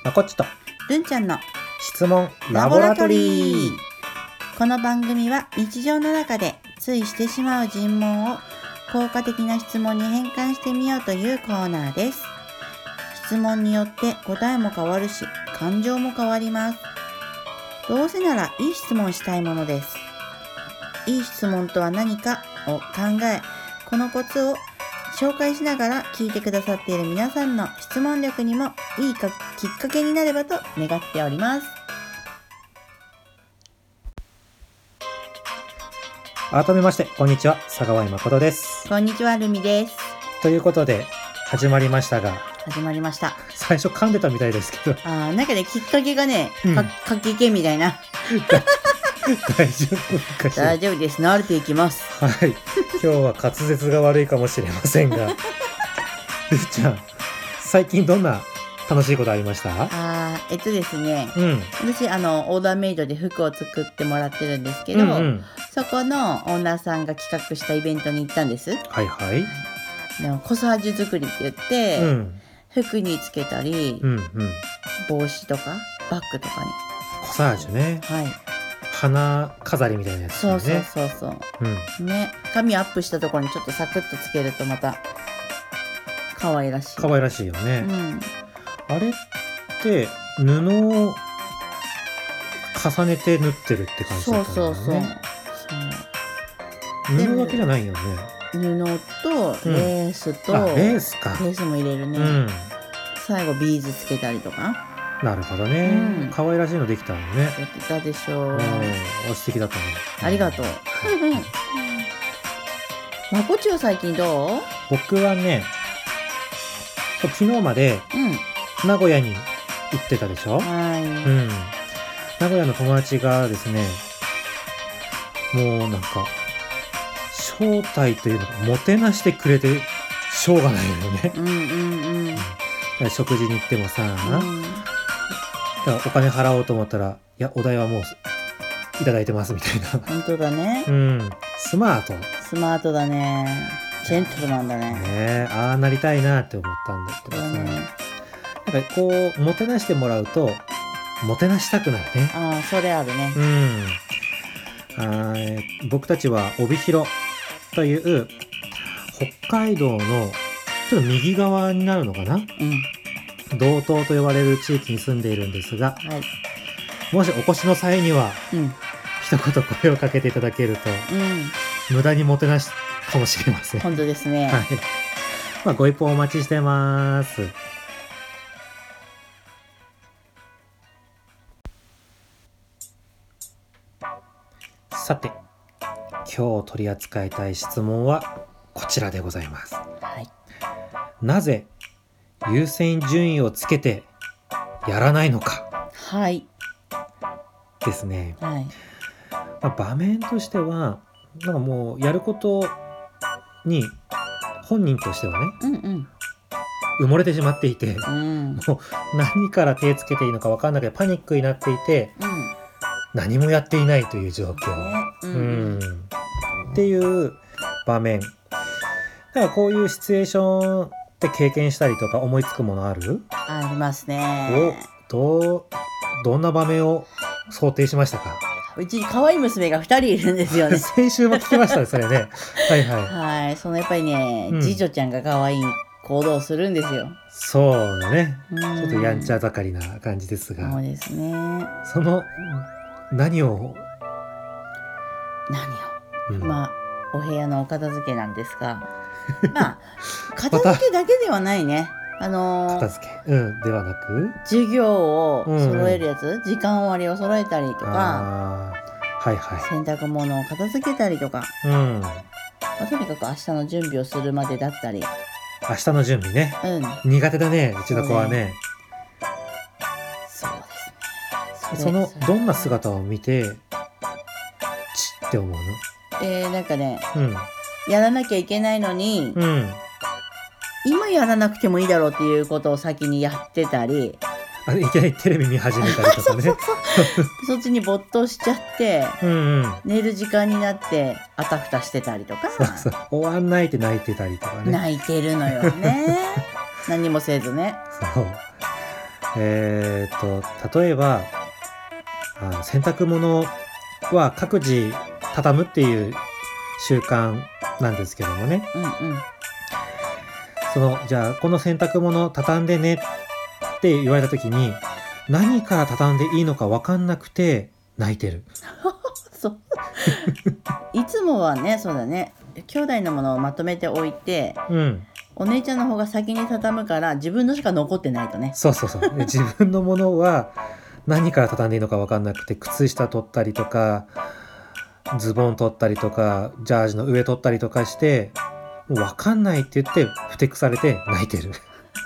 まこっちとるんちゃんの質問ラボラトリー。 この番組は日常の中でついしてしまう尋問を効果的な質問に変換してみようというコーナーです。質問によって答えも変わるし、感情も変わります。どうせならいい質問したいものです。いい質問とは何かを考え、このコツを紹介しながら聞いてくださっている皆さんの質問力にもいいきっかけになればと願っております。 改めましてこんにちは、佐川誠です。 こんにちは、るみです。 ということで始まりましたが、 始まりました。 最初噛んでたみたいですけどなんかね、きっかけがね、かきけみたいな大丈夫かしら。 大丈夫です。慣れていきます。 はい、今日は滑舌が悪いかもしれませんがるーちゃん、最近どんな楽しいことありました？ ですね、私オーダーメイドで服を作ってもらってるんですけど、そこのオーナーさんが企画したイベントに行ったんです。 はいはい。 でもコサージュ作りって言って、服につけたり、帽子とかバッグとかにコサージュね。 はい。 花飾りみたいなやつね。 そうね。髪アップしたところにちょっとサクッとつけるとまた可愛らしい。 可愛らしいよね。あれって布を重ねて縫ってるって感じだったんだよね。布だけじゃないよね。 布とレースと、 レースか。 レースも入れるね。最後ビーズつけたりとか。 なるほどね。可愛らしいのできたのね。 できたでしょう。 素敵だったね。 ありがとう。まこっちは最近どう？ 僕はね、昨日まで名古屋に行ってたでしょ。名古屋の友達がですね、もうなんか招待というのをもてなしてくれてしょうがないよね。食事に行ってもさ、だからお金払おうと思ったら、いやお代はもういただいてますみたいな。 本当だね。 スマートだね。ジェントルマンだね。 ああなりたいなって思ったんだけどさ、なんかこうもてなしてもらうともてなしたくなるね。 それあるね。 僕たちは帯広という北海道のちょっと右側になるのかな、道東と呼ばれる地域に住んでいるんですが、もしお越しの際には、一言声をかけていただけると、無駄にもてなしかもしれません。 本当ですね。 ご一報お待ちしてます。さて、今日取り扱いたい質問はこちらでございます。なぜ優先順位をつけてやらないのか。ですね。場面としてはなんかもうやることに本人としてはね、埋もれてしまっていて、もう何から手つけていいのか分かんなくてパニックになっていて、何もやっていないという状況、っていう場面だからこういうシチュエーションって経験したりとか思いつくものある？ ありますね。 どんな場面を想定しましたか？ うちに可愛い娘が2人いるんですよね。 先週も聞きましたね、それね。 そのやっぱりね、次女ちゃんが可愛い行動をするんですよ。 そうだね。ちょっとやんちゃ盛りな感じですが。 そうですね。 その何をお部屋のお片付けなんですが、片付けだけではないね。 片付け、ではなく授業を揃えるやつ、時間割を揃えたりとか、洗濯物を片付けたりとか、とにかく明日の準備をするまでだったり。 明日の準備ね。苦手だね、うちの子はね。 そうですね。 そのどんな姿を見てチッって思うの？ なんかね、やらなきゃいけないのに、今やらなくてもいいだろうっていうことを先にやってたり、 いきなりテレビ見始めたりとかね。 そっちに没頭しちゃって、寝る時間になってあたふたしてたりとか、 終わんないって泣いてたりとかね。 泣いてるのよね。何もせずね。 例えば洗濯物は各自畳むっていう習慣なんですけどもね、じゃあこの洗濯物畳んでねって言われた時に何から畳んでいいのか分かんなくて泣いてる。 そういつもはね、そうだね、兄弟のものをまとめておいて、お姉ちゃんの方が先に畳むから自分のしか残ってないとね。 そうで自分のものは何から畳んでいいのか分かんなくて、靴下取ったりとかズボン取ったりとかジャージの上取ったりとかしてもう分かんないって言ってふてくされて泣いてる。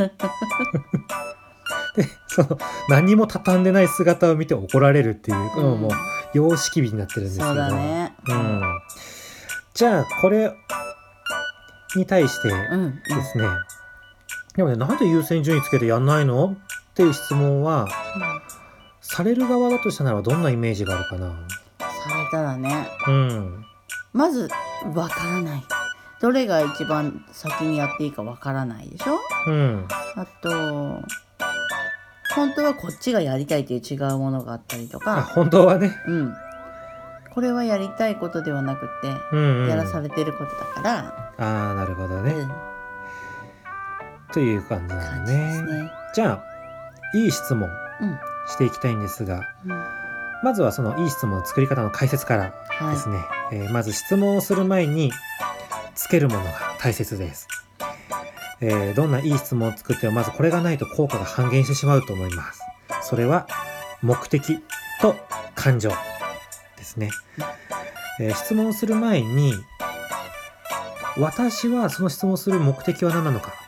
で何にも畳んでない姿を見て怒られるっていう、もう様式美になってるんですけど、 そうだね、 じゃあこれに対してですね、でもね、なんで優先順位つけてやんないのっていう質問は、される側だとしたならどんなイメージがあるかな。 されたらね、まずわからない、どれが一番先にやっていいかわからないでしょ。あと本当はこっちがやりたいという違うものがあったりとか、 本当はね、 これはやりたいことではなくて、やらされてることだから。 なるほどね、という感じなんだね。じゃあいい質問していきたいんですが、まずはそのいい質問の作り方の解説からですね、まず質問をする前につけるものが大切です。どんないい質問を作ってもまずこれがないと効果が半減してしまうと思います。それは目的と感情ですね。質問をする前に私はその質問をする目的は何なのか、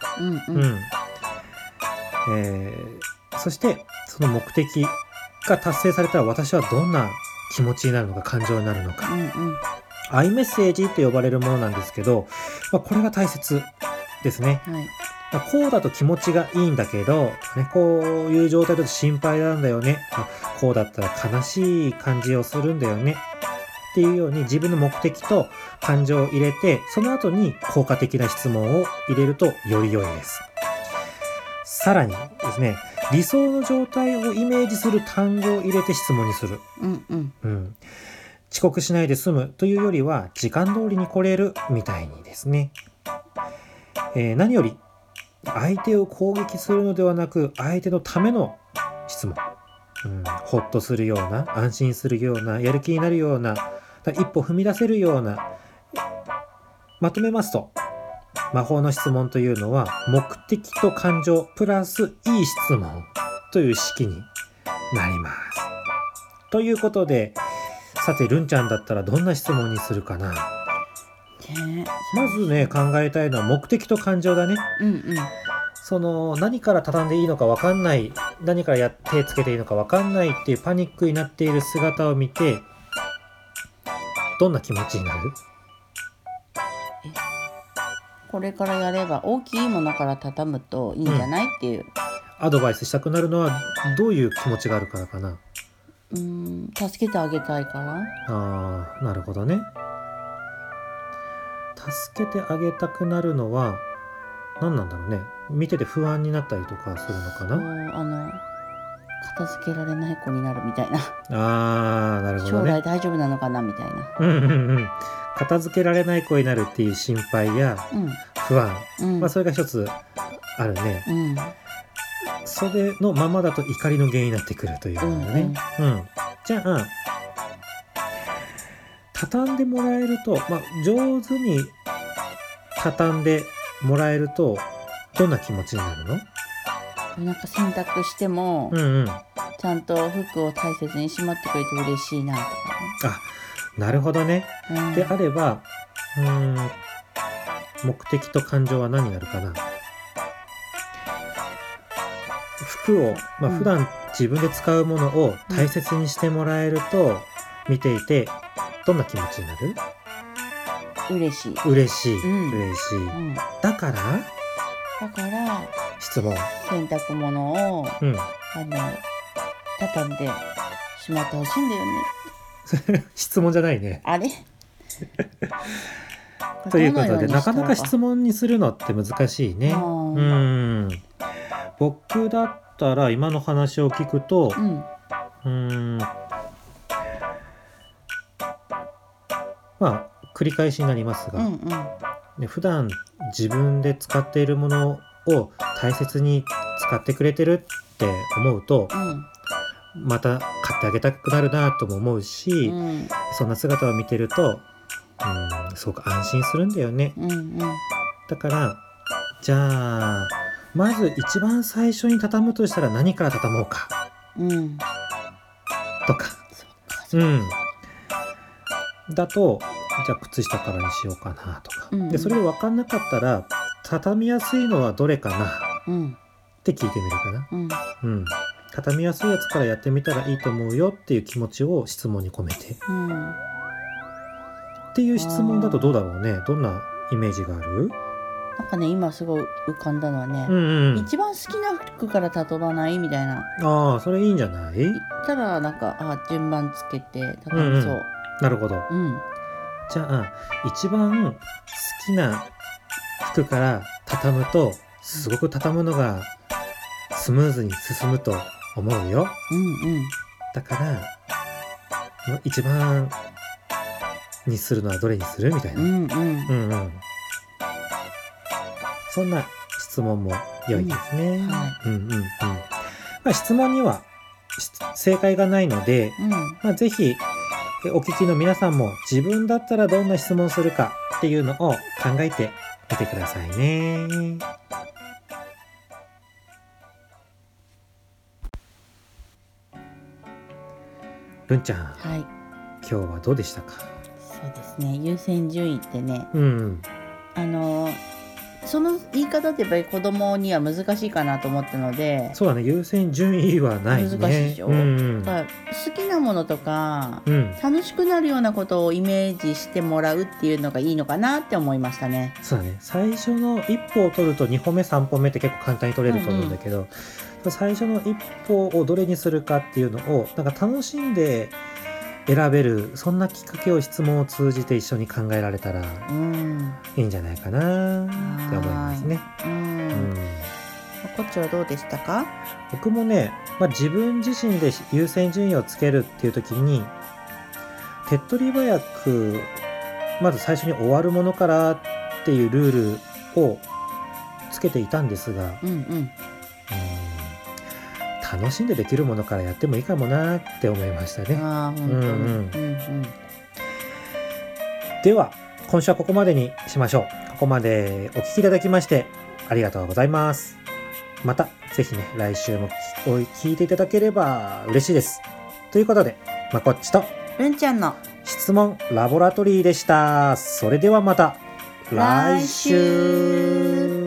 そしてその目的が達成されたら私はどんな気持ちになるのか、感情になるのか、アイメッセージと呼ばれるものなんですけど、これが大切ですね。こうだと気持ちがいいんだけど、こういう状態だと心配なんだよね、こうだったら悲しい感じをするんだよねっていうように自分の目的と感情を入れて、その後に効果的な質問を入れるとより良いです。さらにですね、理想の状態をイメージする単語を入れて質問にする。遅刻しないで済むというよりは時間通りに来れるみたいにですね、何より相手を攻撃するのではなく相手のための質問、ほっとするような、安心するような、やる気になるような、一歩踏み出せるような、まとめますと魔法の質問というのは目的と感情プラスいい質問という式になります。ということで、さてルンちゃんだったらどんな質問にするかな。まずね、考えたいのは目的と感情だね。何から畳んでいいのか分かんない、何から手つけていいのか分かんないっていうパニックになっている姿を見てどんな気持ちになる？ これからやれば大きいものから畳むといいんじゃない、っていうアドバイスしたくなるのはどういう気持ちがあるからかな。 助けてあげたいから。 なるほどね。助けてあげたくなるのは何なんだろうね。見てて不安になったりとかするのかな。 片付けられない子になるみたいな。 なるほどね。 将来大丈夫なのかなみたいな。 片付けられない子になるっていう心配や不安、それが一つあるね。それのままだと怒りの原因になってくるというのだね。じゃあ畳んでもらえると、上手に畳んでもらえるとどんな気持ちになるの？ なんか洗濯しても、ちゃんと服を大切にしまってくれて嬉しいなとか。 なるほどね。であれば目的と感情は何になるかな。服を、普段自分で使うものを大切にしてもらえると、見ていてどんな気持ちになる？ 嬉しい。 だから質問、 洗濯物を、畳んでしまってほしいんだよね。 質問じゃないね。 あれということでなかなか質問にするのって難しいね。僕だったしたら今の話を聞くと、まあ繰り返しになりますが、普段自分で使っているものを大切に使ってくれてるって思うと、また買ってあげたくなるなとも思うし、そんな姿を見てると、すごく安心するんだよね。だからじゃあまず一番最初に畳むとしたら何から畳もうか、とか、だとじゃあ靴下からにしようかなとか、でそれで分かんなかったら畳みやすいのはどれかな、って聞いてみるかな。畳みやすいやつからやってみたらいいと思うよっていう気持ちを質問に込めて、っていう質問だとどうだろうね。どんなイメージがある？ なんかね、今すごい浮かんだのはね、一番好きな服から畳まないみたいな。 それいいんじゃない？ 言ったらなんか順番つけて畳みそう。 なるほど。じゃあ一番好きな服から畳むとすごく畳むのがスムーズに進むと思うよ。だから一番にするのはどれにするみたいな。そんな質問も良いですね。質問には正解がないので、ぜひお聞きの皆さんも自分だったらどんな質問するかっていうのを考えてみてくださいね。るんちゃん、今日はどうでしたか？ そうですね、優先順位ってね、その言い方ってやっぱり子供には難しいかなと思ったので。 そうだね、優先順位はないね。 難しいでしょ。だから好きなものとか、楽しくなるようなことをイメージしてもらうっていうのがいいのかなって思いましたね。 そうだね、最初の一歩を取ると2歩目3歩目って結構簡単に取れると思うんだけど、最初の一歩をどれにするかっていうのをなんか楽しんで選べる、そんなきっかけを質問を通じて一緒に考えられたらいいんじゃないかなって思いますね。 こっちはどうでしたか？ 僕もね、自分自身で優先順位をつけるっていう時に手っ取り早くまず最初に終わるものからっていうルールをつけていたんですが、楽しんでできるものからやってもいいかもなって思いましたね。では今週はここまでにしましょう。ここまでお聞きいただきましてありがとうございます。またぜひね、来週も聞いていただければ嬉しいです。ということで、まこっちとるんちゃんの質問ラボラトリーでした。それではまた来週。